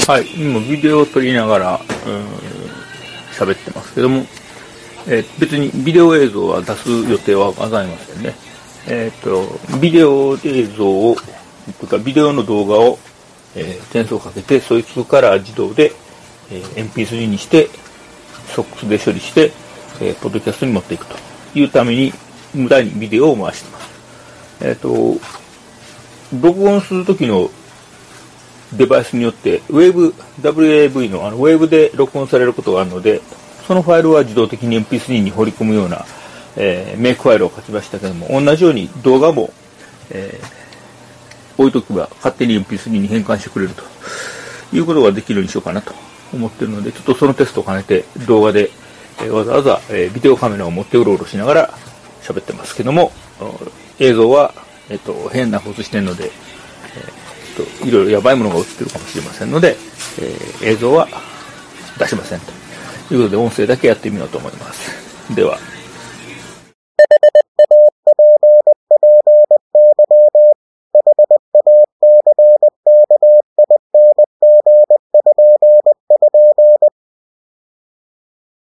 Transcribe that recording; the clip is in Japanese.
はい、今ビデオを撮りながら喋ってますけども、別にビデオ映像は出す予定はございませんね。ビデオ映像をとかビデオの動画を、転送かけて、そいつから自動で、MP3 にしてSOX で処理して、ポッドキャストに持っていくというために無駄にビデオを回してます。録音するときのデバイスによって WAV のウェーブで録音されることがあるので、そのファイルは自動的に MP3 に放り込むような、メイクファイルを書きましたけども、同じように動画も、置いとけば勝手に MP3 に変換してくれるということができるようにしようかなと思っているので、ちょっとそのテストを兼ねて動画で、わざわざ、ビデオカメラを持ってうろうろしながら喋ってますけども、映像は、変な放送してるので、いろいろやばいものが映ってるかもしれませんので、映像は出しませんということで、音声だけやってみようと思います。では。